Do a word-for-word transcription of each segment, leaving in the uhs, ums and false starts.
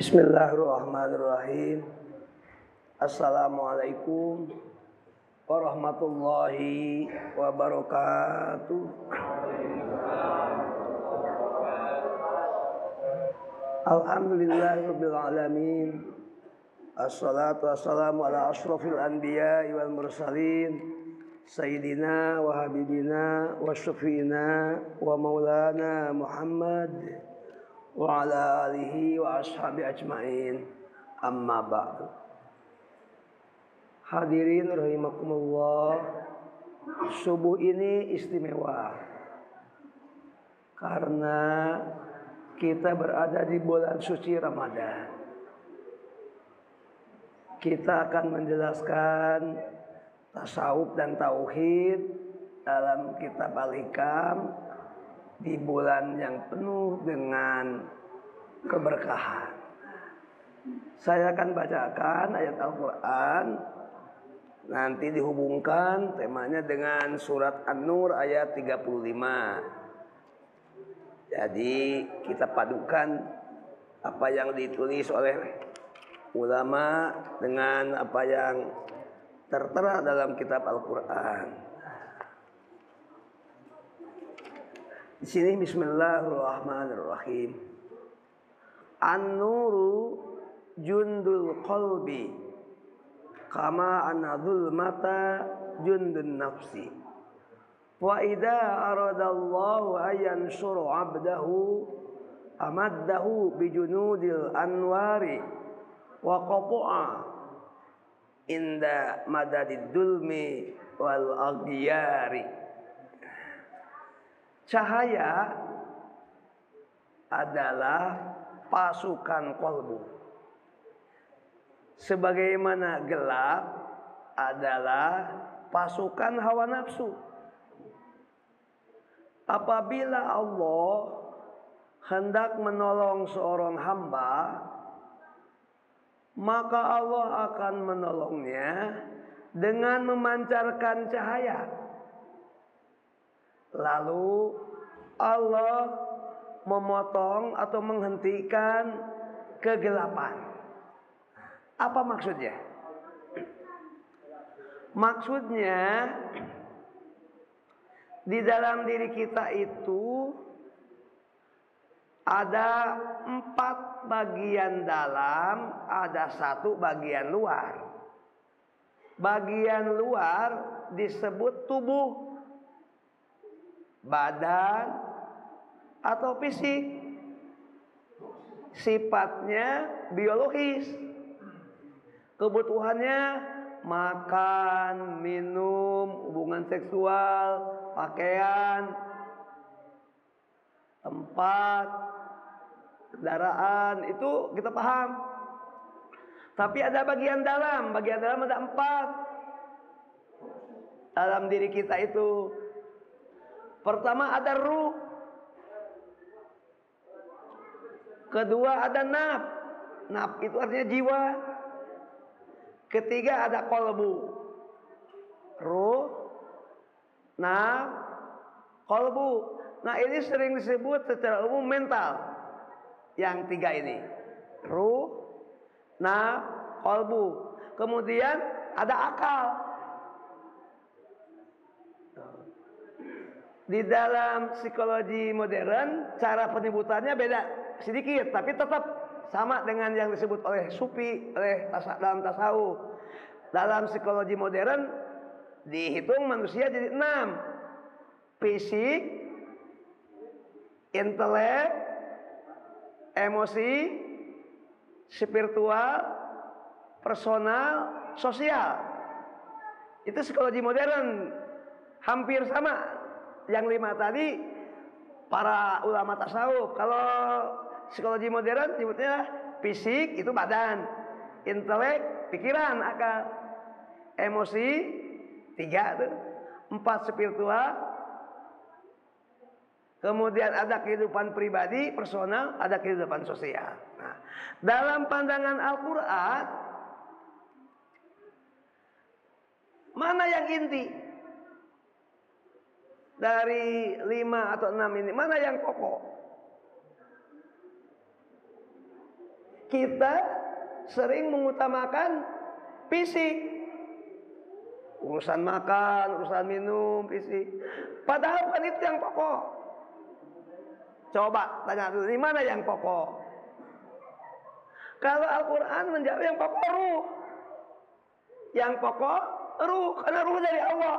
Bismillahirrahmanirrahim. Assalamualaikum warahmatullahi wabarakatuh. Alhamdulillahirabbil alamin. Assalatu wassalamu ala asyrafil anbiya'i wal mursalin sayyidina wa habibina wa syafiina wa maulana Muhammad wa ala alihi wa ashabi ajmain, amma ba'du. Hadirin rahimakumullah, subuh ini istimewa karena kita berada di bulan suci Ramadan. Kita akan menjelaskan tasawuf dan tauhid dalam kitab Al-Hikam di bulan yang penuh dengan keberkahan. Saya akan bacakan ayat Al-Quran, nanti dihubungkan temanya dengan surat An-Nur ayat tiga puluh lima. Jadi kita padukan apa yang ditulis oleh ulama dengan apa yang tertera dalam kitab Al-Quran. Di sini bismillahirrahmanirrahim. An-nuru jundul qalbi kama anadul mata jundun nafsi. Wa idza aradallahu ayyan suru 'abdahu amaddahu bijunudil anwari wa qata'a inda madadid dulmi wal aghyari. Cahaya adalah pasukan kolbu, sebagaimana gelap adalah pasukan hawa nafsu. Apabila Allah hendak menolong seorang hamba, maka Allah akan menolongnya dengan memancarkan cahaya. Lalu Allah memotong atau menghentikan kegelapan. Apa maksudnya? Maksudnya di dalam diri kita itu ada empat bagian dalam, ada satu bagian luar. Bagian luar disebut tubuh, badan atau fisik, sifatnya biologis, kebutuhannya makan, minum, hubungan seksual, pakaian, tempat, kendaraan, itu kita paham. Tapi ada bagian dalam, bagian dalam ada empat dalam diri kita itu. Pertama ada ruh, kedua ada naf, naf itu artinya jiwa, ketiga ada qalbu, ruh, naf, qalbu. Nah ini sering disebut secara umum mental. Yang tiga ini, ruh, naf, qalbu. Kemudian ada akal. Di dalam psikologi modern cara penyebutannya beda sedikit, tapi tetap sama dengan yang disebut oleh sufi, oleh dalam tasawuf. Dalam psikologi modern dihitung manusia jadi enam: fisik, intelek, emosi, spiritual, personal, sosial. Itu psikologi modern, hampir sama. Yang lima tadi para ulama tasawuf. Kalau psikologi modern nyebutnya fisik itu badan, intelek pikiran, akal, emosi tiga tuh, empat spiritual, kemudian ada kehidupan pribadi, personal, ada kehidupan sosial. Nah, dalam pandangan Al-Quran, mana yang inti? Dari lima atau enam ini, mana yang pokok? kita sering mengutamakan fisik. Urusan makan, urusan minum, fisik. Padahal bukan itu yang pokok. Coba tanya dulu, di mana yang pokok? Kalau Al-Quran menjawab yang pokok ruh. Yang pokok ruh, karena ruh dari Allah.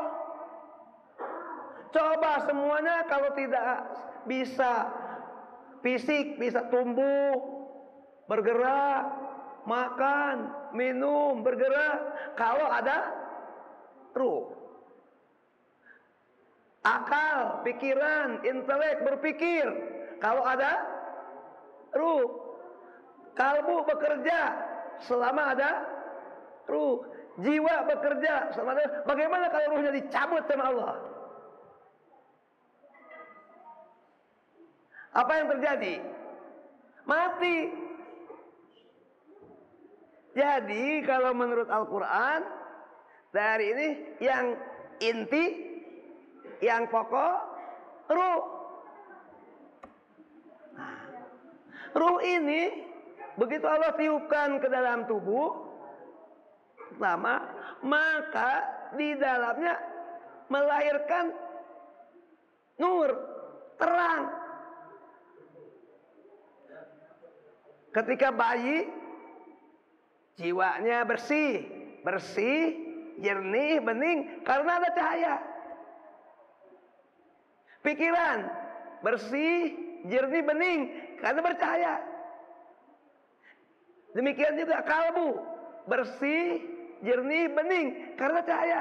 Coba semuanya kalau tidak bisa fisik, bisa tumbuh, bergerak, makan, minum, bergerak. Kalau ada ruh, akal, pikiran, intelek, berpikir. Kalau ada ruh, kalbu bekerja selama ada ruh, jiwa bekerja selama ada. Bagaimana kalau ruhnya dicabut sama Allah? Apa yang terjadi? Mati. Jadi kalau menurut Al-Quran, dari ini yang inti, yang pokok, ruh. Nah, ruh ini begitu Allah tiupkan ke dalam tubuh pertama, maka di dalamnya melahirkan nur, terang. Ketika bayi, jiwanya bersih, bersih, jernih, bening, karena ada cahaya. Pikiran bersih, jernih, bening, karena bercahaya. Demikian juga kalbu bersih, jernih, bening, karena cahaya.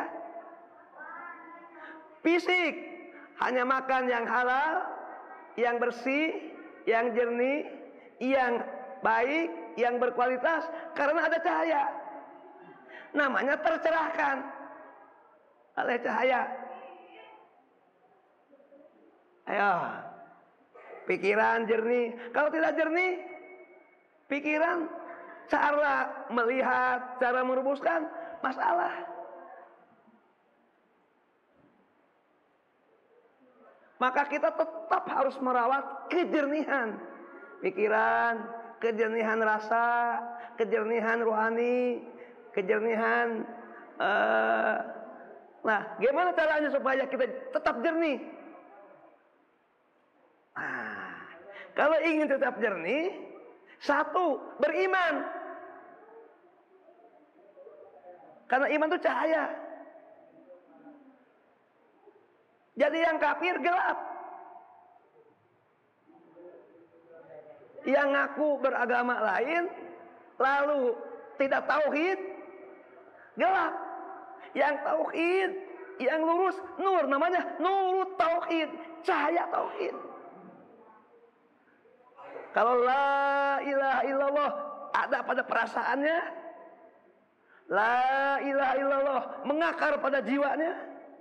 Fisik hanya makan yang halal, yang bersih, yang jernih, yang baik, yang berkualitas, karena ada cahaya. Namanya tercerahkan oleh cahaya. Ayo, pikiran jernih. Kalau tidak jernih, pikiran, cara melihat, cara merumuskan masalah. Maka kita tetap harus merawat kejernihan pikiran, kejernihan rasa, kejernihan rohani, kejernihan. Uh, nah, gimana caranya supaya kita tetap jernih? Nah, kalau ingin tetap jernih, satu, beriman. Karena iman itu cahaya. Jadi yang kafir gelap. Yang ngaku beragama lain, lalu tidak tauhid, gelap. Yang tauhid, yang lurus, nur, namanya nurut tauhid, cahaya tauhid. Kalau la ilaha illallah ada pada perasaannya, la ilaha illallah mengakar pada jiwanya,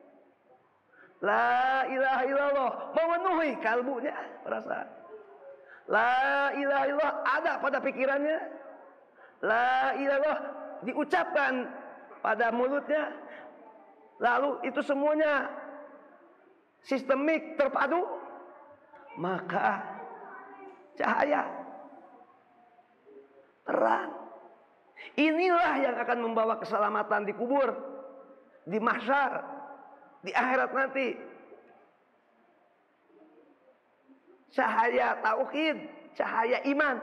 la ilaha illallah memenuhi kalbunya, perasaan. La ilaha illallah ada pada pikirannya, la ilaha illallah diucapkan pada mulutnya, lalu itu semuanya sistemik terpadu, maka cahaya, terang. Inilah yang akan membawa keselamatan di kubur, di mahsyar, di akhirat nanti. Cahaya tauhid, cahaya iman.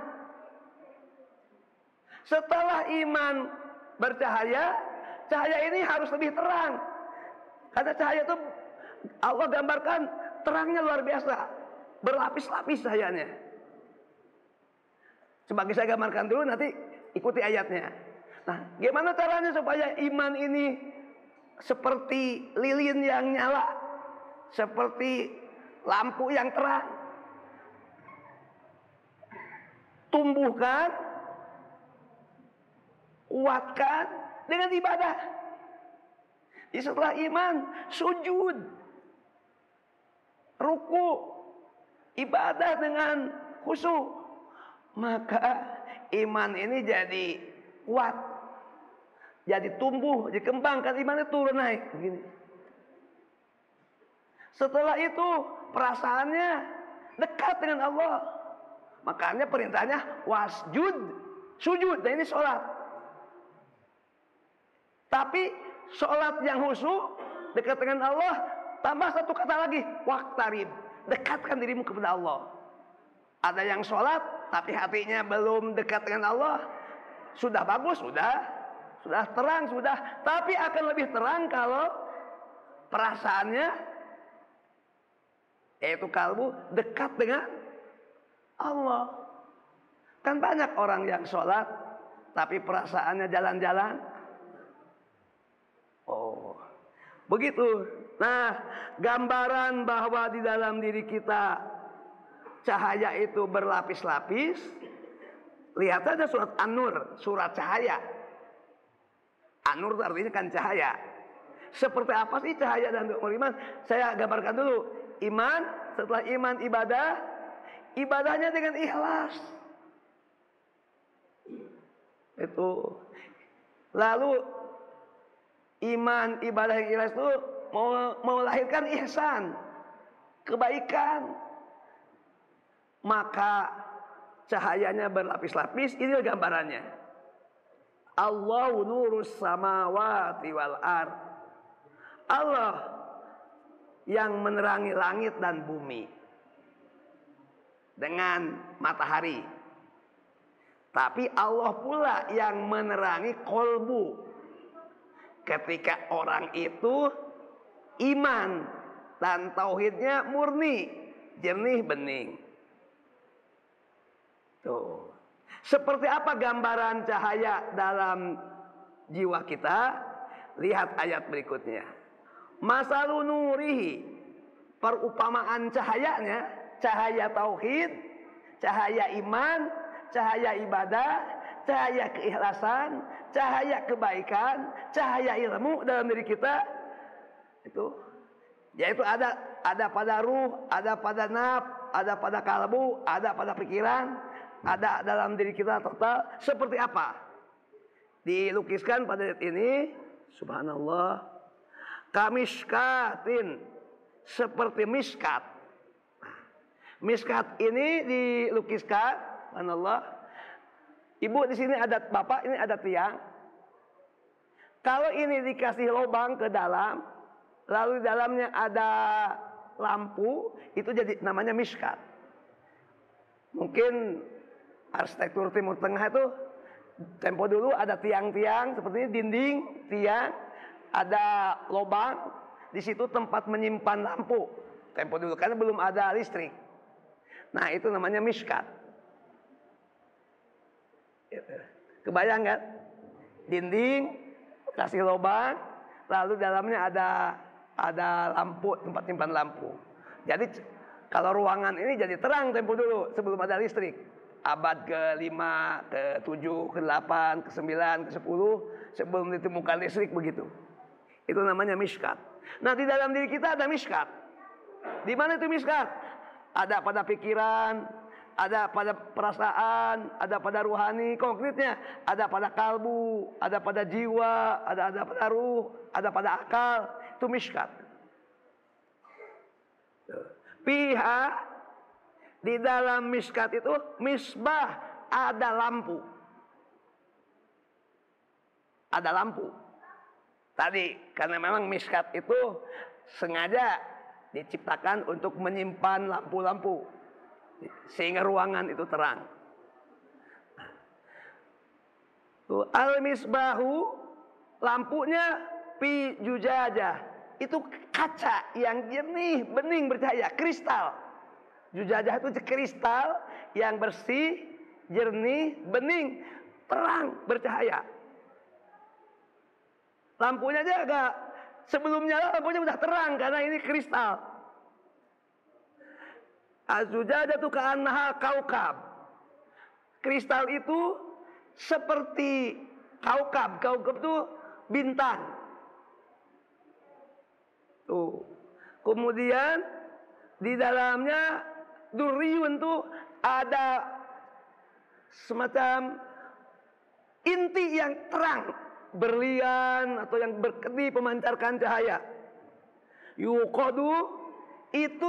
Setelah iman bercahaya, cahaya ini harus lebih terang. Karena cahaya itu Allah gambarkan terangnya luar biasa, berlapis-lapis cahayanya. Coba saya gambarkan dulu, nanti ikuti ayatnya. Nah, gimana caranya supaya iman ini seperti lilin yang nyala, seperti lampu yang terang? Tumbuhkan, kuatkan dengan ibadah. Jadi setelah iman, sujud, ruku, ibadah dengan khusyuk. Maka iman ini jadi kuat, jadi tumbuh, dikembangkan, imannya turun naik begini. Setelah itu perasaannya dekat dengan Allah. Makanya perintahnya wasjud sujud. Nah ini sholat. Tapi sholat yang khusyuk dekat dengan Allah, tambah satu kata lagi, waqtarib, dekatkan dirimu kepada Allah. Ada yang sholat tapi hatinya belum dekat dengan Allah, sudah bagus, sudah sudah terang, sudah, tapi akan lebih terang kalau perasaannya, yaitu kalbu, dekat dengan Allah. Kan banyak orang yang sholat tapi perasaannya jalan-jalan. Oh, begitu. Nah, gambaran bahwa di dalam diri kita cahaya itu berlapis-lapis. Lihat saja surat An-Nur, surat cahaya. An-Nur itu artinya kan cahaya. Seperti apa sih cahaya dan iman? Saya gambarkan dulu. Iman, setelah iman ibadah, ibadahnya dengan ikhlas. Itu. Lalu iman, ibadah yang ikhlas itu mau melahirkan ihsan, kebaikan. Maka cahayanya berlapis-lapis. Ini gambarannya. Allahu nurus samawati wal ard. Allah yang menerangi langit dan bumi dengan matahari. Tapi Allah pula yang menerangi kolbu. Ketika orang itu iman dan tauhidnya murni, jernih bening. Tuh. Seperti apa gambaran cahaya dalam jiwa kita? Lihat ayat berikutnya. Masalu nurihi, perumpamaan cahayanya, cahaya tauhid, cahaya iman, cahaya ibadah, cahaya keikhlasan, cahaya kebaikan, cahaya ilmu dalam diri kita. Itu yaitu ada ada pada ruh, ada pada naf, ada pada kalbu, ada pada pikiran, ada dalam diri kita total. Seperti apa? Dilukiskan pada ayat ini, subhanallah, kamiskatin, seperti miskat. Miskat ini dilukiskan, subhanallah. Ibu di sini ada bapak, ini ada tiang. Kalau ini dikasih lubang ke dalam, lalu di dalamnya ada lampu, itu jadi namanya miskat. Mungkin arsitektur Timur Tengah itu tempo dulu ada tiang-tiang seperti ini, dinding, tiang, ada lubang, di situ tempat menyimpan lampu. Tempo dulu karena belum ada listrik. Nah, itu namanya miskat. Kebayang kan? Dinding, kasih lubang, lalu dalamnya ada ada lampu, tempat simpan lampu. Jadi kalau ruangan ini jadi terang tempo dulu sebelum ada listrik. Abad ke lima, ke tujuh, ke delapan, ke sembilan, ke sepuluh sebelum ditemukan listrik begitu. Itu namanya miskat. Nah, di dalam diri kita ada miskat. Di mana itu miskat? Ada pada pikiran, ada pada perasaan, ada pada ruhani, konkretnya ada pada kalbu, ada pada jiwa, ada ada pada ruh, ada pada akal. Itu miskat. Piha, di dalam miskat itu misbah, ada lampu. Ada lampu. Tadi karena memang miskat itu sengaja diciptakan untuk menyimpan lampu-lampu sehingga ruangan itu terang. Al-misbahu, lampunya fi jujajah, itu kaca yang jernih, bening, bercahaya, kristal. Jujajah itu kristal yang bersih, jernih, bening, terang, bercahaya. Lampunya aja agak sebelum nyala lampunya udah terang karena ini kristal. Az-zujajah itu ka'annaha kaukab. Kristal itu seperti kaukab. Kaukab itu bintang. Tuh. Kemudian di dalamnya duriyun tuh ada semacam inti yang terang, berlian atau yang berkedip memancarkan cahaya. Yuqadu, itu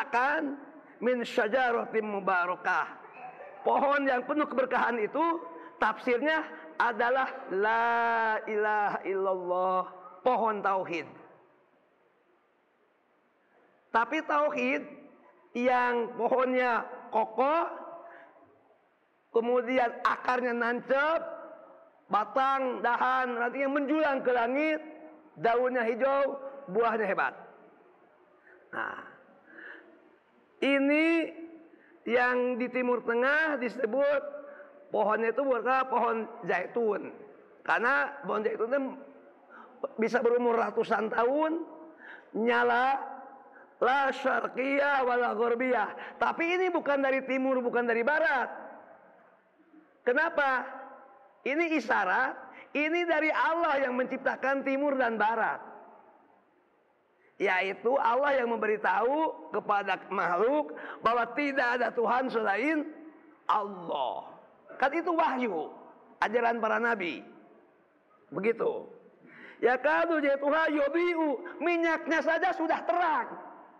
dinyalakan min syajaratin mubarakah. Pohon yang penuh keberkahan itu tafsirnya adalah la ilaha illallah, pohon tauhid. Tapi tauhid yang pohonnya kokoh, kemudian akarnya nancep, batang, dahan, rantingnya menjulang ke langit, daunnya hijau, buahnya hebat. Nah, ini yang di Timur Tengah disebut pohonnya itu bukan pohon zaitun. Karena pohon zaitun itu bisa berumur ratusan tahun, nyala, la syarqiyah wala gharbiyah. Tapi ini bukan dari timur, bukan dari barat. Kenapa? Ini isyarat, ini dari Allah yang menciptakan timur dan barat. Yaitu Allah yang memberitahu kepada makhluk bahwa tidak ada Tuhan selain Allah. Kan itu wahyu, ajaran para nabi. Begitu. Ya kadu jaituha yubiu, minyaknya saja sudah terang.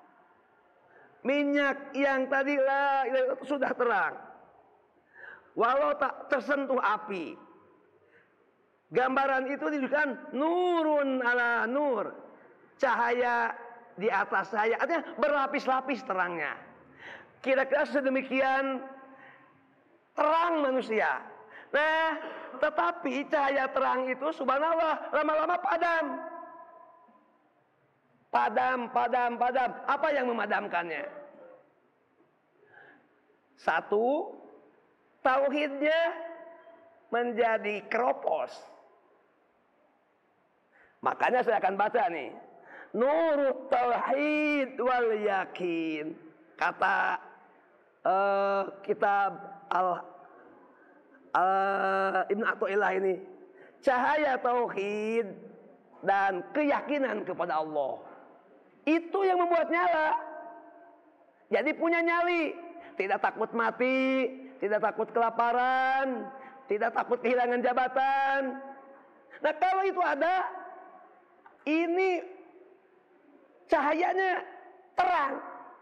Minyak yang tadi lah sudah terang. Walau tak tersentuh api. Gambaran itu dituliskan nurun ala nur. Cahaya di atas cahaya. Artinya berlapis-lapis terangnya. Kira-kira sedemikian terang manusia. Nah, tetapi cahaya terang itu subhanallah lama-lama padam. Padam, padam, padam. Apa yang memadamkannya? Satu, tauhidnya menjadi keropos. Makanya saya akan baca nih. Nurut tauhid wal yakin. Kata uh, kitab al, uh, Ibn Athaillah ini. Cahaya tauhid dan keyakinan kepada Allah. Itu yang membuat nyala. Jadi punya nyali. Tidak takut mati. Tidak takut kelaparan. Tidak takut kehilangan jabatan. Nah kalau itu ada. Ini cahayanya terang.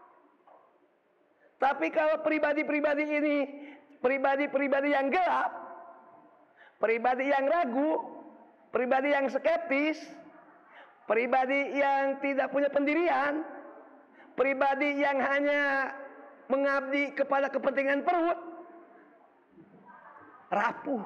Tapi kalau pribadi-pribadi ini. Pribadi-pribadi yang gelap. Pribadi yang ragu. Pribadi yang skeptis. Pribadi yang tidak punya pendirian, pribadi yang hanya mengabdi kepada kepentingan perut, rapuh.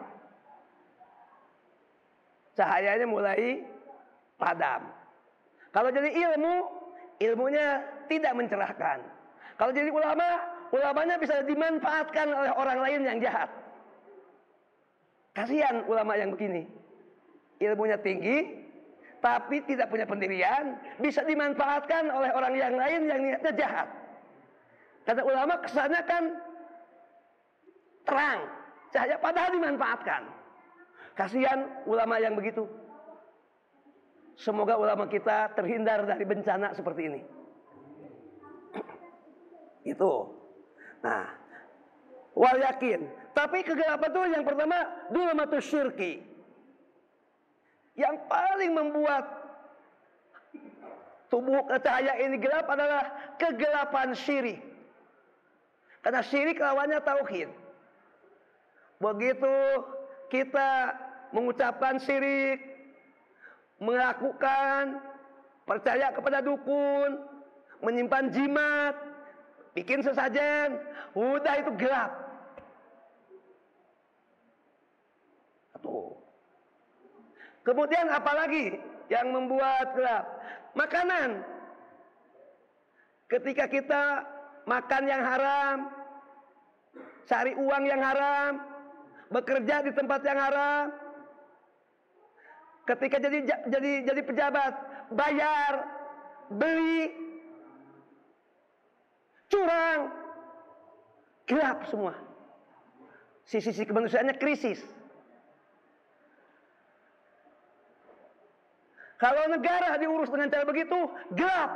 Cahayanya mulai padam. Kalau jadi ilmu, ilmunya tidak mencerahkan. Kalau jadi ulama, ulamanya bisa dimanfaatkan oleh orang lain yang jahat. Kasihan ulama yang begini. Ilmunya tinggi, tapi tidak punya pendirian, bisa dimanfaatkan oleh orang yang lain yang niatnya jahat. Kata ulama kesannya kan terang, cahaya padahal dimanfaatkan. Kasihan ulama yang begitu. Semoga ulama kita terhindar dari bencana seperti ini. Itu. Nah, wal yakin. Tapi kegelapan itu yang pertama dhulmatus syirki. Yang paling membuat tubuh cahaya ini gelap adalah kegelapan syirik. Karena syirik lawannya tauhid. Begitu kita mengucapkan syirik, melakukan, percaya kepada dukun, menyimpan jimat, bikin sesajen, udah itu gelap. Tuh. Kemudian apalagi yang membuat gelap? Makanan. Ketika kita makan yang haram, cari uang yang haram, bekerja di tempat yang haram, ketika jadi jadi jadi pejabat, bayar, beli, curang, gelap semua. Sisi-sisi kemanusiaannya krisis. Kalau negara diurus dengan cara begitu, gelap.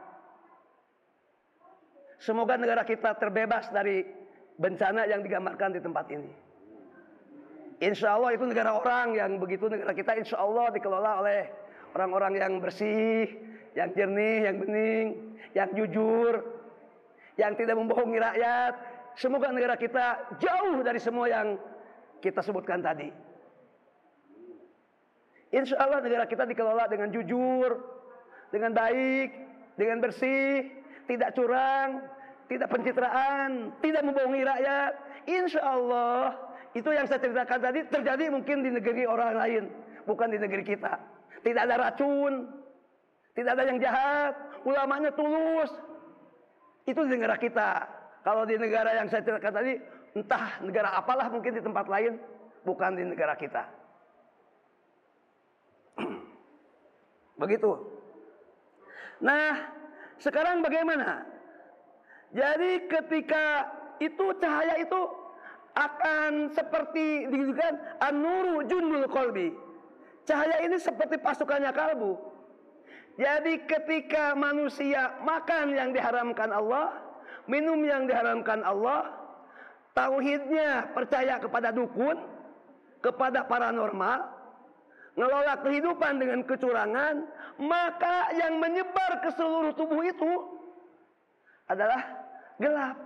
Semoga negara kita terbebas dari bencana yang digambarkan di tempat ini. Insya Allah itu negara orang yang begitu, negara kita insya Allah dikelola oleh orang-orang yang bersih, yang jernih, yang bening, yang jujur, yang tidak membohongi rakyat. Semoga negara kita jauh dari semua yang kita sebutkan tadi. Insya Allah negara kita dikelola dengan jujur, dengan baik, dengan bersih, tidak curang, tidak pencitraan, tidak membohongi rakyat. Insya Allah itu yang saya ceritakan tadi terjadi mungkin di negeri orang lain, bukan di negeri kita. Tidak ada racun, tidak ada yang jahat, ulamanya tulus. Itu di negara kita. Kalau di negara yang saya ceritakan tadi, entah negara apalah mungkin di tempat lain, bukan di negara kita. Begitu. Nah, sekarang bagaimana? Jadi ketika itu cahaya itu akan seperti dikatakan an-nuru jundul qalbi. Cahaya ini seperti pasukannya kalbu. Jadi ketika manusia makan yang diharamkan Allah, minum yang diharamkan Allah, tauhidnya percaya kepada dukun, kepada paranormal, ngelola kehidupan dengan kecurangan, maka yang menyebar ke seluruh tubuh itu adalah gelap.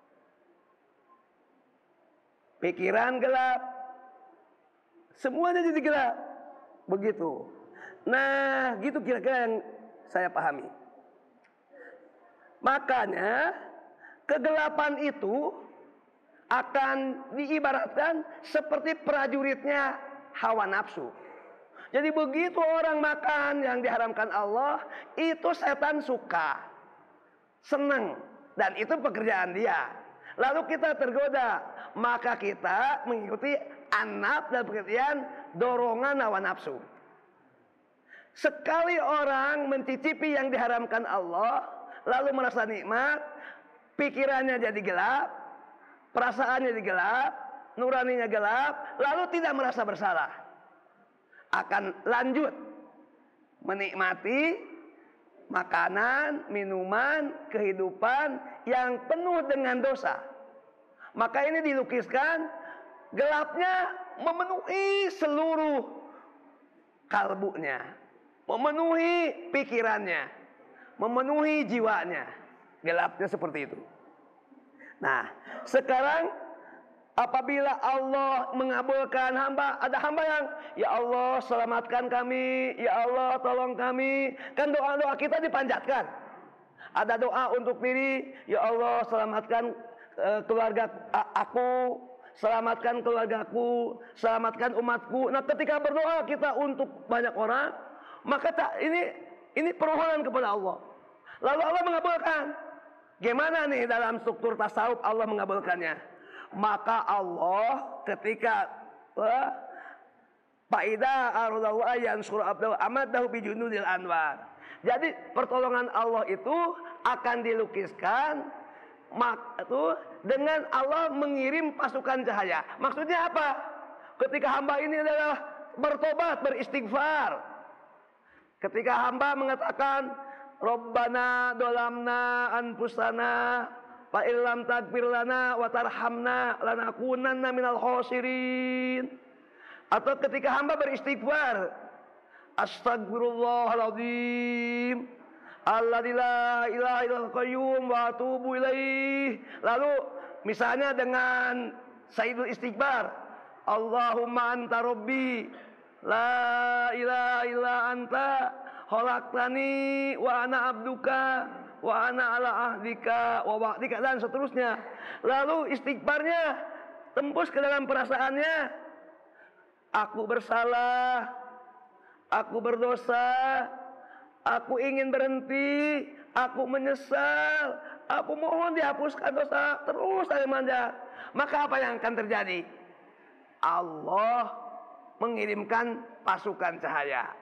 Pikiran gelap, semuanya jadi gelap. Begitu. Nah, gitu kira-kira yang saya pahami. Makanya kegelapan itu akan diibaratkan seperti prajuritnya hawa nafsu. Jadi begitu orang makan yang diharamkan Allah, itu setan suka, senang, dan itu pekerjaan dia. Lalu kita tergoda, maka kita mengikuti anab dan pekerjaan dorongan hawa nafsu. Sekali orang mencicipi yang diharamkan Allah, lalu merasa nikmat, pikirannya jadi gelap, perasaannya jadi gelap, nuraninya gelap, lalu tidak merasa bersalah. Akan lanjut menikmati makanan, minuman, kehidupan yang penuh dengan dosa. Maka ini dilukiskan gelapnya memenuhi seluruh kalbunya, memenuhi pikirannya, memenuhi jiwanya. Gelapnya seperti itu. Nah, sekarang apabila Allah mengabulkan hamba, ada hamba yang ya Allah selamatkan kami, ya Allah tolong kami. Kan doa-doa kita dipanjatkan. Ada doa untuk diri, ya Allah selamatkan uh, keluarga aku, selamatkan keluargaku, selamatkan umatku. Nah, ketika berdoa kita untuk banyak orang, maka tak, ini ini permohonan kepada Allah. Lalu Allah mengabulkan. Gimana nih dalam struktur tasawuf Allah mengabulkannya? Maka Allah ketika Faida aradallahu ayan surah abdahu amadahu bijunudil anwar. Jadi pertolongan Allah itu akan dilukiskan itu dengan Allah mengirim pasukan cahaya. Maksudnya apa? Ketika hamba ini adalah bertobat, beristighfar. Ketika hamba mengatakan Rabbana dolamna anfusana fa illam tagfir lana wa tarhamna lanakunanna minal khosirin. Atau ketika hamba beristighfar, astagfirullahaladzim alladzi la ilaha illal qayyum wa atubu ilaih. Lalu misalnya dengan sayyidul istighfar, Allahumma anta rabbi la ilaha illa anta khalaqtani wa ana abduka wa ana ala ahdika wa wa'dika, dan seterusnya. Lalu istighfarnya tembus ke dalam perasaannya, aku bersalah, aku berdosa, aku ingin berhenti, aku menyesal, aku mohon dihapuskan dosa, terus saya manja. Maka apa yang akan terjadi? Allah mengirimkan pasukan cahaya.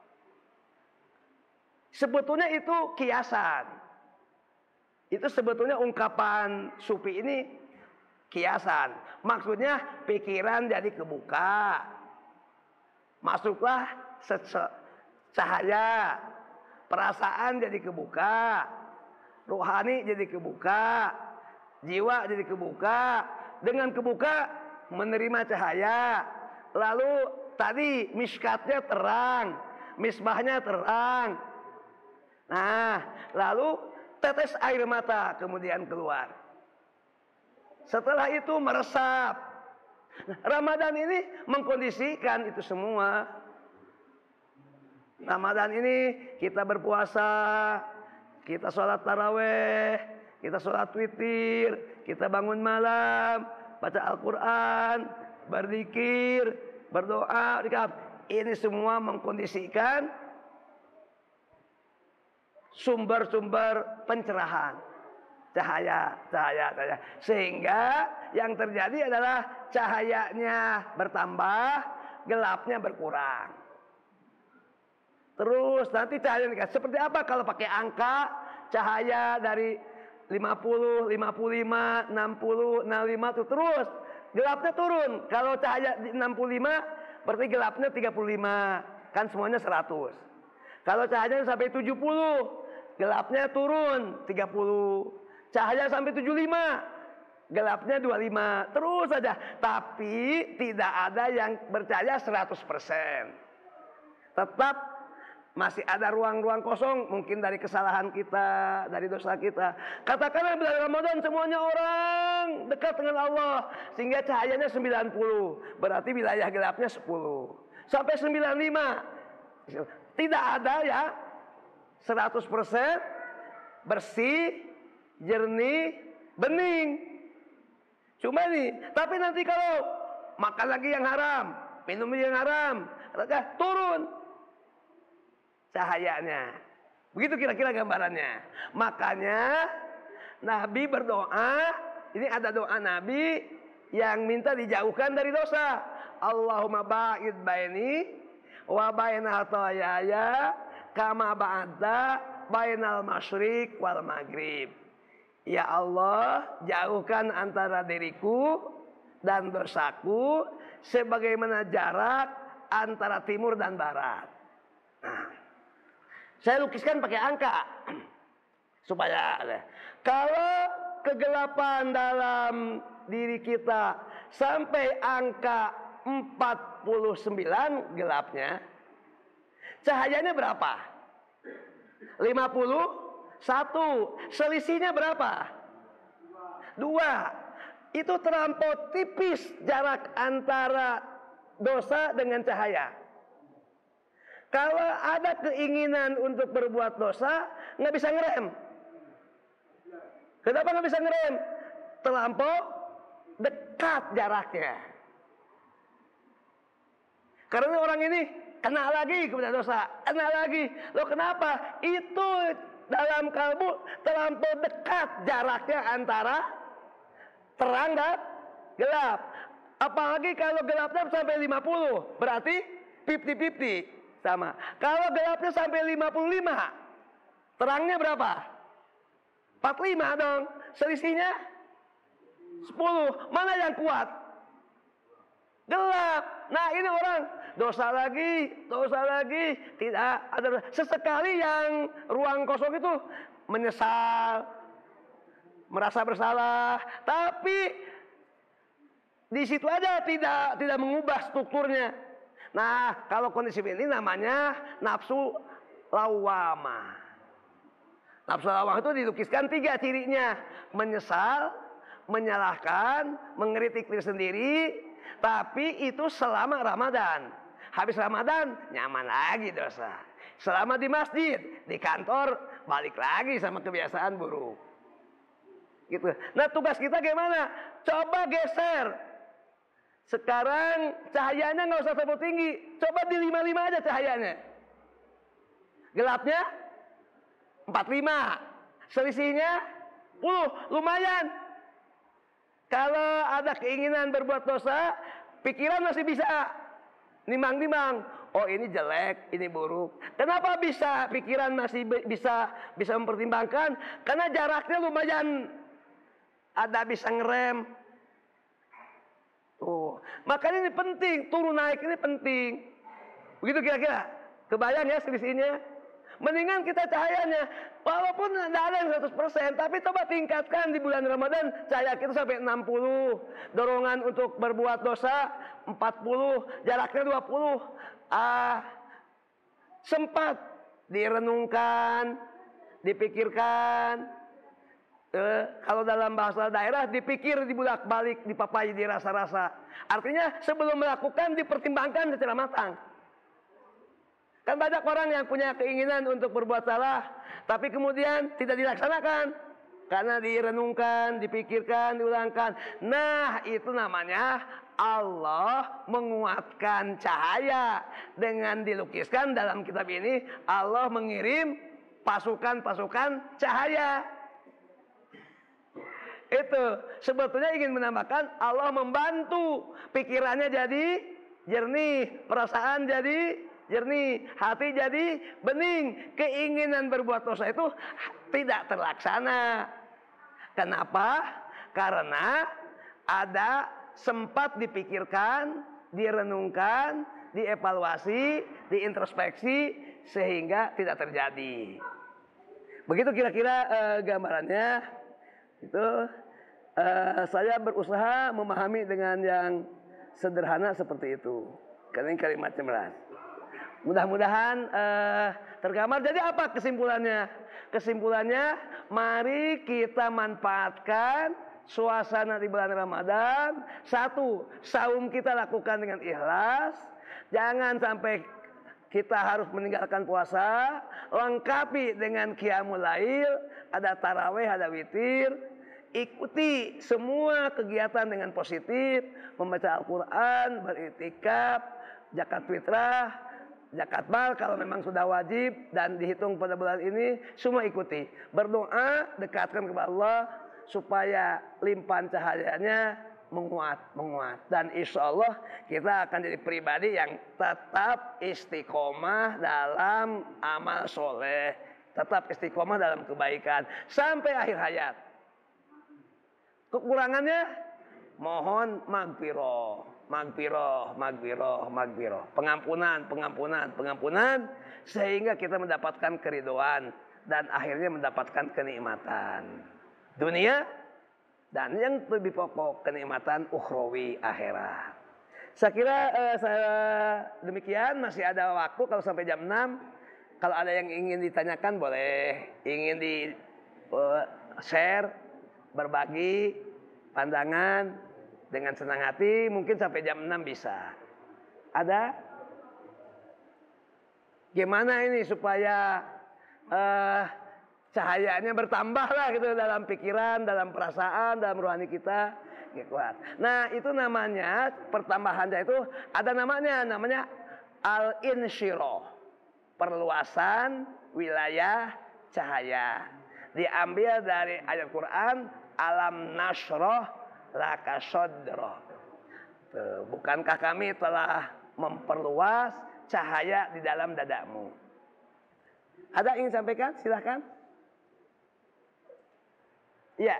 Sebetulnya itu kiasan. Itu sebetulnya ungkapan sufi ini kiasan. Maksudnya pikiran jadi kebuka. Masuklah cahaya. Perasaan jadi kebuka. Rohani jadi kebuka. Jiwa jadi kebuka. Dengan kebuka menerima cahaya. Lalu tadi miskatnya terang. Misbahnya terang. Nah, lalu tetes air mata kemudian keluar. Setelah itu meresap. Nah, Ramadan ini mengkondisikan itu semua. Ramadan ini kita berpuasa, kita sholat taraweh, kita sholat witir, kita bangun malam, baca Al-Quran, berzikir, berdoa. Ini semua mengkondisikan sumber-sumber pencerahan, cahaya, cahaya, cahaya. Sehingga yang terjadi adalah cahayanya bertambah, gelapnya berkurang. Terus nanti cahaya seperti apa kalau pakai angka cahaya dari lima puluh, lima puluh lima, enam puluh, enam puluh lima tuh terus gelapnya turun. Kalau cahaya di enam puluh lima berarti gelapnya tiga puluh lima, kan semuanya seratus. Kalau cahayanya sampai tujuh puluh, gelapnya turun tiga puluh. Cahaya sampai tujuh puluh lima, gelapnya dua puluh lima. Terus saja, tapi tidak ada yang bercahaya seratus persen. Tetap masih ada ruang-ruang kosong, mungkin dari kesalahan kita, dari dosa kita. Katakanlah bulan Ramadan semuanya orang dekat dengan Allah, sehingga cahayanya sembilan puluh, berarti wilayah gelapnya sepuluh. Sampai sembilan puluh lima. Tidak ada ya seratus persen bersih, jernih, bening. Cuma nih, tapi nanti kalau makan lagi yang haram, minum yang haram, turun cahayanya. Begitu kira-kira gambarannya. Makanya Nabi berdoa, ini ada doa Nabi yang minta dijauhkan dari dosa. Allahumma ba'id baini wa baina khataayaya kama ba'adta bainal masyriq wal maghrib. Ya Allah, jauhkan antara diriku dan dosaku sebagaimana jarak antara timur dan barat. Nah, saya lukiskan pakai angka supaya kalau kegelapan dalam diri kita sampai angka empat puluh sembilan gelapnya, cahayanya berapa? lima puluh satu. Selisihnya berapa? dua. Itu terlampau tipis jarak antara dosa dengan cahaya. Kalau ada keinginan untuk berbuat dosa, nggak bisa ngerem. Kenapa nggak bisa ngerem? Terlampau dekat jaraknya. Karena orang ini kena lagi kepada dosa, kena lagi. Loh kenapa? Itu dalam kalbu terlampau dekat jaraknya antara terang dan gelap. Apalagi kalau gelapnya sampai lima puluh, berarti lima puluh lima puluh. Sama. Kalau gelapnya sampai lima puluh lima, terangnya berapa? empat puluh lima dong. Selisihnya sepuluh. Mana yang kuat? Gelap. Nah ini orang dosa lagi, dosa lagi. Tidak ada. Sesekali yang ruang kosong itu menyesal, merasa bersalah. Tapi di situ aja tidak tidak mengubah strukturnya. Nah, kalau kondisi ini namanya nafsu lawamah. Nafsu lawamah itu dilukiskan tiga cirinya. Menyesal, menyalahkan, mengkritik diri sendiri. Tapi itu selama Ramadan. Habis Ramadan, nyaman lagi dosa. Selama di masjid, di kantor, balik lagi sama kebiasaan buruk. Gitu. Nah, tugas kita gimana? Coba geser. Sekarang cahayanya nggak usah terlalu tinggi. Coba di lima puluh lima aja cahayanya. Gelapnya empat puluh lima. Selisihnya sepuluh. Lumayan. Kalau ada keinginan berbuat dosa, pikiran masih bisa nimbang-nimbang. Oh ini jelek, ini buruk. Kenapa bisa pikiran masih bisa bisa mempertimbangkan? Karena jaraknya lumayan. Ada bisa ngerem. Tuh, makanya ini penting, turun naik ini penting. Begitu kira-kira. Kebayang ya selisihnya? Mendingan kita cahayanya, walaupun tidak ada yang seratus persen, tapi coba tingkatkan di bulan Ramadan, cahaya kita sampai enam puluh. Dorongan untuk berbuat dosa empat puluh, jaraknya dua puluh. Ah, sempat direnungkan, dipikirkan, Eh, kalau dalam bahasa daerah dipikir, dibulak-balik, dipapai, dirasa-rasa. Artinya sebelum melakukan dipertimbangkan secara matang. Kan banyak orang yang punya keinginan untuk berbuat salah, tapi kemudian tidak dilaksanakan karena direnungkan, dipikirkan, diulangkan. Nah, itu namanya Allah menguatkan cahaya. Dengan dilukiskan dalam kitab ini, Allah mengirim pasukan-pasukan cahaya. Itu sebetulnya ingin menambahkan Allah membantu pikirannya jadi jernih, perasaan jadi jernih, hati jadi bening. Keinginan berbuat dosa itu tidak terlaksana. Kenapa? Karena ada sempat dipikirkan, direnungkan, dievaluasi, diintrospeksi sehingga tidak terjadi. Begitu kira-kira uh, gambarannya. Itu uh, saya berusaha memahami dengan yang sederhana seperti itu. Karena ini kalimat cemerlang. Mudah-mudahan uh, tergambar. Jadi apa kesimpulannya? Kesimpulannya, mari kita manfaatkan suasana di bulan Ramadan. Satu, saum kita lakukan dengan ikhlas. Jangan sampai kita harus meninggalkan puasa. Lengkapi dengan qiyamul lail, ada tarawih, ada witir. Ikuti semua kegiatan dengan positif, membaca Al-Quran, beriktikaf, zakat fitrah, zakat mal kalau memang sudah wajib dan dihitung pada bulan ini, semua ikuti. Berdoa, dekatkan kepada Allah supaya limpahan cahayanya menguat, menguat. Dan insya Allah kita akan jadi pribadi yang tetap istiqomah dalam amal soleh, tetap istiqomah dalam kebaikan sampai akhir hayat. Kekurangannya mohon magfirah, magfirah, magfirah, magfirah, pengampunan, pengampunan, pengampunan, sehingga kita mendapatkan keridoan dan akhirnya mendapatkan kenikmatan dunia dan yang lebih pokok kenikmatan ukhrawi akhirat. Saya kira eh, saya demikian, masih ada waktu kalau sampai jam enam. Kalau ada yang ingin ditanyakan boleh, ingin di uh, share, berbagi pandangan dengan senang hati, mungkin sampai jam enam bisa. Ada? Gimana ini supaya uh, cahayanya bertambah lah gitu dalam pikiran, dalam perasaan, dalam rohani kita. Ya, kuat. Nah, itu namanya pertambahannya itu ada namanya, namanya al-insyirah. Perluasan wilayah cahaya. Diambil dari ayat Quran, alam nasroh laka sodroh. Bukankah kami telah memperluas cahaya di dalam dadamu? Ada yang ingin sampaikan? Silahkan. Ya.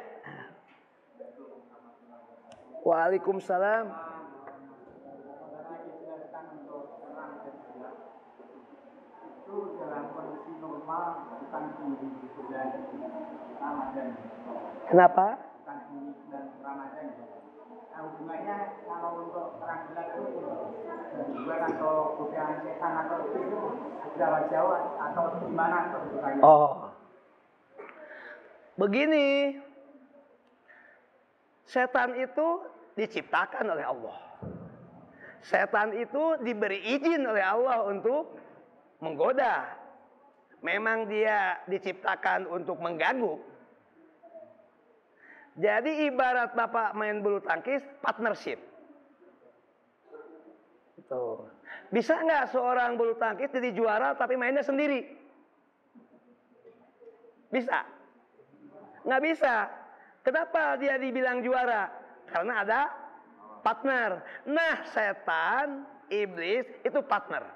Waalaikumsalam. Itu dalam kondisi normal bukan di bulan Ramadan. Kenapa? Bukan di bulan Ramadan. Nah, hubungannya kalau untuk terang bulan itu gangguan atau godaan setan atau itu jawa Jawa atau gimana atau hubungannya? Oh, begini, setan itu diciptakan oleh Allah. Setan itu diberi izin oleh Allah untuk menggoda. Memang dia diciptakan untuk mengganggu. Jadi ibarat bapak main bulu tangkis, partnership. Itu. Bisa nggak seorang bulu tangkis jadi juara tapi mainnya sendiri? Bisa? Nggak bisa. Kenapa dia dibilang juara? Karena ada partner. Nah, setan, iblis itu partner.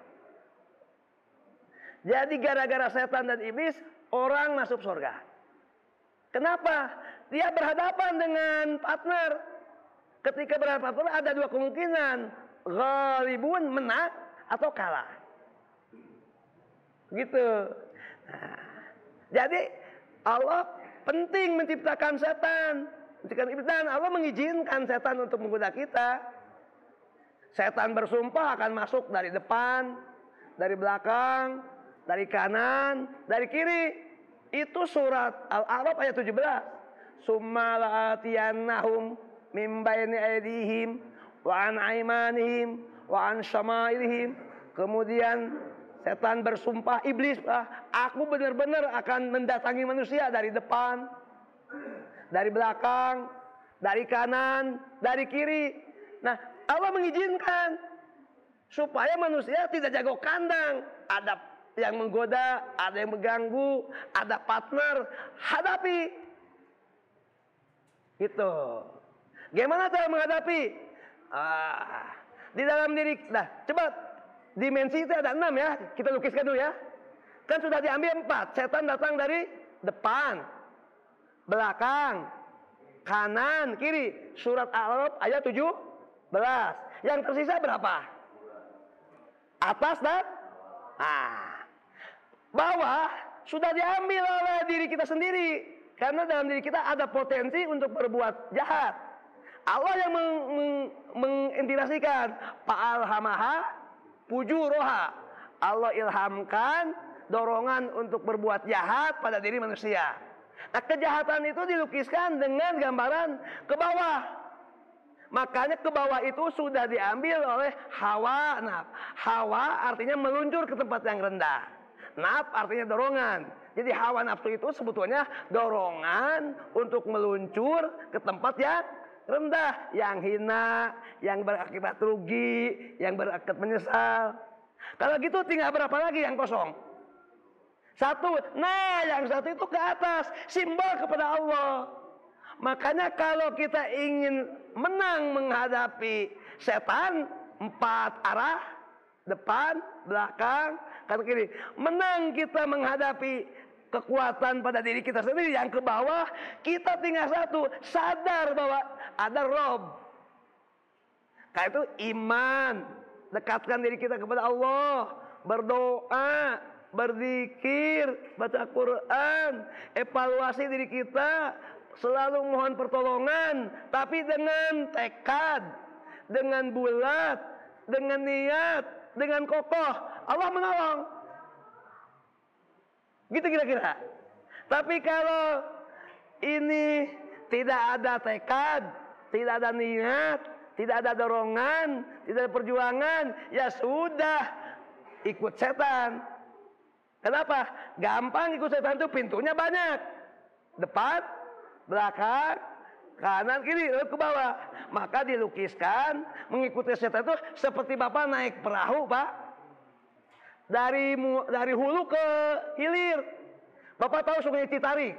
Jadi gara-gara setan dan iblis, orang masuk surga. Kenapa? Dia berhadapan dengan partner. Ketika berhadapan partner ada dua kemungkinan. Ghalibun, menang, atau kalah. Gitu. Nah, jadi Allah penting menciptakan setan. Menciptakan iblis, dan Allah mengizinkan setan untuk menggoda kita. Setan bersumpah akan masuk dari depan, dari belakang, dari kanan, dari kiri. Itu surat Al-A'raf ayat tujuh belas. summa la'atiyannahum min baini aydihim wa an aymanihim wa an syama'ilihim. Kemudian setan bersumpah, iblis, ah, aku benar-benar akan mendatangi manusia dari depan, dari belakang, dari kanan, dari kiri. Nah, Allah mengizinkan supaya manusia tidak jago kandang. Ada yang menggoda, ada yang mengganggu, ada partner, hadapi. Gitu. Gimana cara menghadapi? Ah, di dalam diri, nah coba dimensi itu ada enam ya. Kita lukiskan dulu ya. Kan sudah diambil empat. Setan datang dari depan, belakang, kanan, kiri. Surat Al-Araf ayat tujuh belas. Yang tersisa berapa? Atas dan ah. Bawah sudah diambil oleh diri kita sendiri. Karena dalam diri kita ada potensi untuk berbuat jahat. Allah yang menginspirasikan. Fa'alhamaha fujuroha. Allah ilhamkan dorongan untuk berbuat jahat pada diri manusia. Nah, kejahatan itu dilukiskan dengan gambaran ke bawah. Makanya ke bawah itu sudah diambil oleh Hawa. Nah, Hawa artinya meluncur ke tempat yang rendah. Naf artinya dorongan. Jadi hawa nafsu itu sebetulnya dorongan untuk meluncur ke tempat yang rendah, yang hina, yang berakibat rugi, yang berakibat menyesal. Kalau gitu tinggal berapa lagi yang kosong? Satu. Nah, yang satu itu ke atas, simbol kepada Allah. Makanya kalau kita ingin menang menghadapi setan, empat arah, depan, belakang, kanan kiri. Menang kita menghadapi kekuatan pada diri kita sendiri yang ke bawah, kita tinggal satu, sadar bahwa ada Rob. Karena itu iman, dekatkan diri kita kepada Allah, berdoa, berzikir, baca Quran, evaluasi diri kita, selalu mohon pertolongan, tapi dengan tekad, dengan bulat, dengan niat, dengan kokoh, Allah menolong. Gitu kira-kira. Tapi kalau ini tidak ada tekad, tidak ada niat, tidak ada dorongan, tidak ada perjuangan, ya sudah, ikut setan. Kenapa? Gampang ikut setan itu, pintunya banyak. Depan, belakang, kanan, kiri, lalu ke bawah. Maka dilukiskan mengikuti setan itu seperti Bapak naik perahu, Pak. Dari dari hulu ke hilir. Bapak tahu sungai Citarik?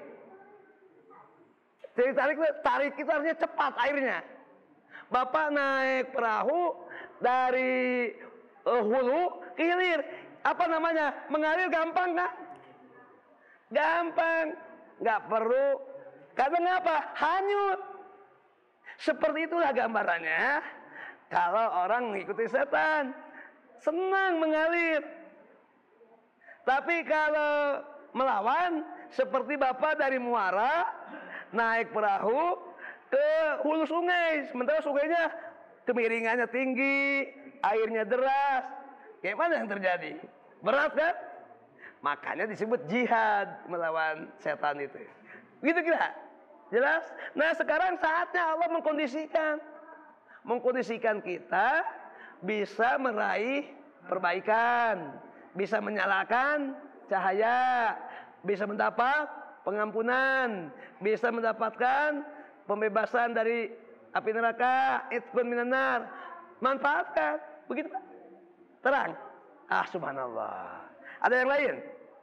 Citarik itu tarik itu artinya cepat airnya. Bapak naik perahu dari uh, hulu ke hilir. Apa namanya? Mengalir gampang nggak? Gampang. Nggak perlu. Karena apa? Hanyut. Seperti itulah gambarannya. Kalau orang mengikuti setan, senang mengalir. Tapi kalau melawan, seperti Bapak dari Muara naik perahu ke hulu sungai, sementara sungainya kemiringannya tinggi, airnya deras. Gimana yang terjadi? Berat kan? Makanya disebut jihad melawan setan itu. Gitu kira? Jelas? Nah, sekarang saatnya Allah mengkondisikan mengkondisikan kita bisa meraih perbaikan, bisa menyalakan cahaya, bisa mendapat pengampunan, bisa mendapatkan pembebasan dari api neraka, itqun minan nar. Manfaatkan, begitu Pak? Terang? Ah, subhanallah. Ada yang lain?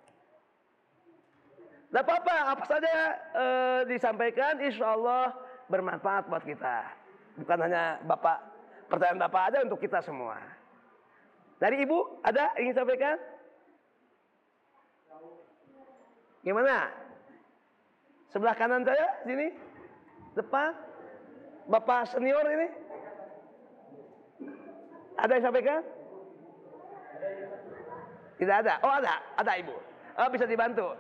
Tidak apa-apa, apa saja e, disampaikan, insya Allah bermanfaat buat kita. Bukan hanya Bapak, pertanyaan Bapak ada untuk kita semua. Dari Ibu, ada ingin sampaikan? Gimana? Sebelah kanan saya, sini. Depan. Bapak senior ini. Ada yang sampaikan? Tidak ada. Oh ada, ada Ibu. Oh, bisa dibantu.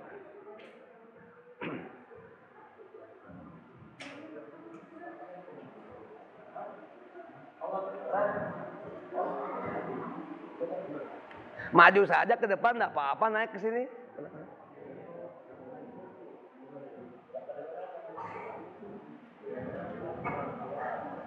Maju saja ke depan, tidak apa-apa, naik ke sini.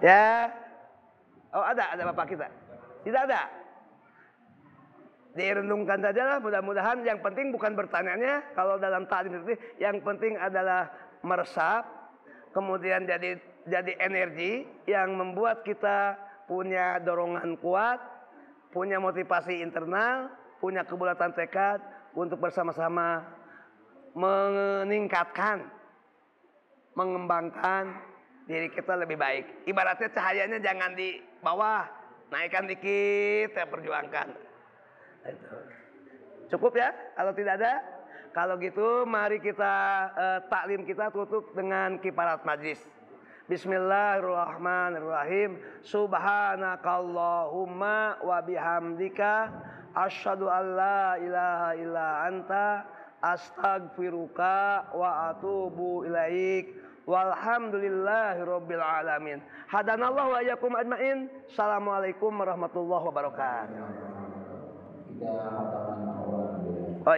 Ya. Oh ada, ada bapak kita. Tidak ada. Direnungkan saja lah, mudah-mudahan yang penting bukan bertanyanya. Kalau dalam taklim itu yang penting adalah meresap, kemudian jadi jadi energi yang membuat kita punya dorongan kuat, punya motivasi internal, punya kebulatan tekad untuk bersama-sama meningkatkan, mengembangkan diri kita lebih baik. Ibaratnya cahayanya jangan di bawah, naikkan dikit, ya perjuangkan. Cukup ya? Kalau tidak ada, kalau gitu mari kita eh, taklim kita tutup dengan kifarat majlis. Bismillahirrahmanirrahim. Subhanakallahumma wa bihamdika asyhadu an la ilaha illa anta astaghfiruka wa atubu ilaik. Walhamdulillahirabbil alamin. Hadanallahu wa iyyakum ajmain. Assalamualaikum warahmatullahi wabarakatuh. Tidak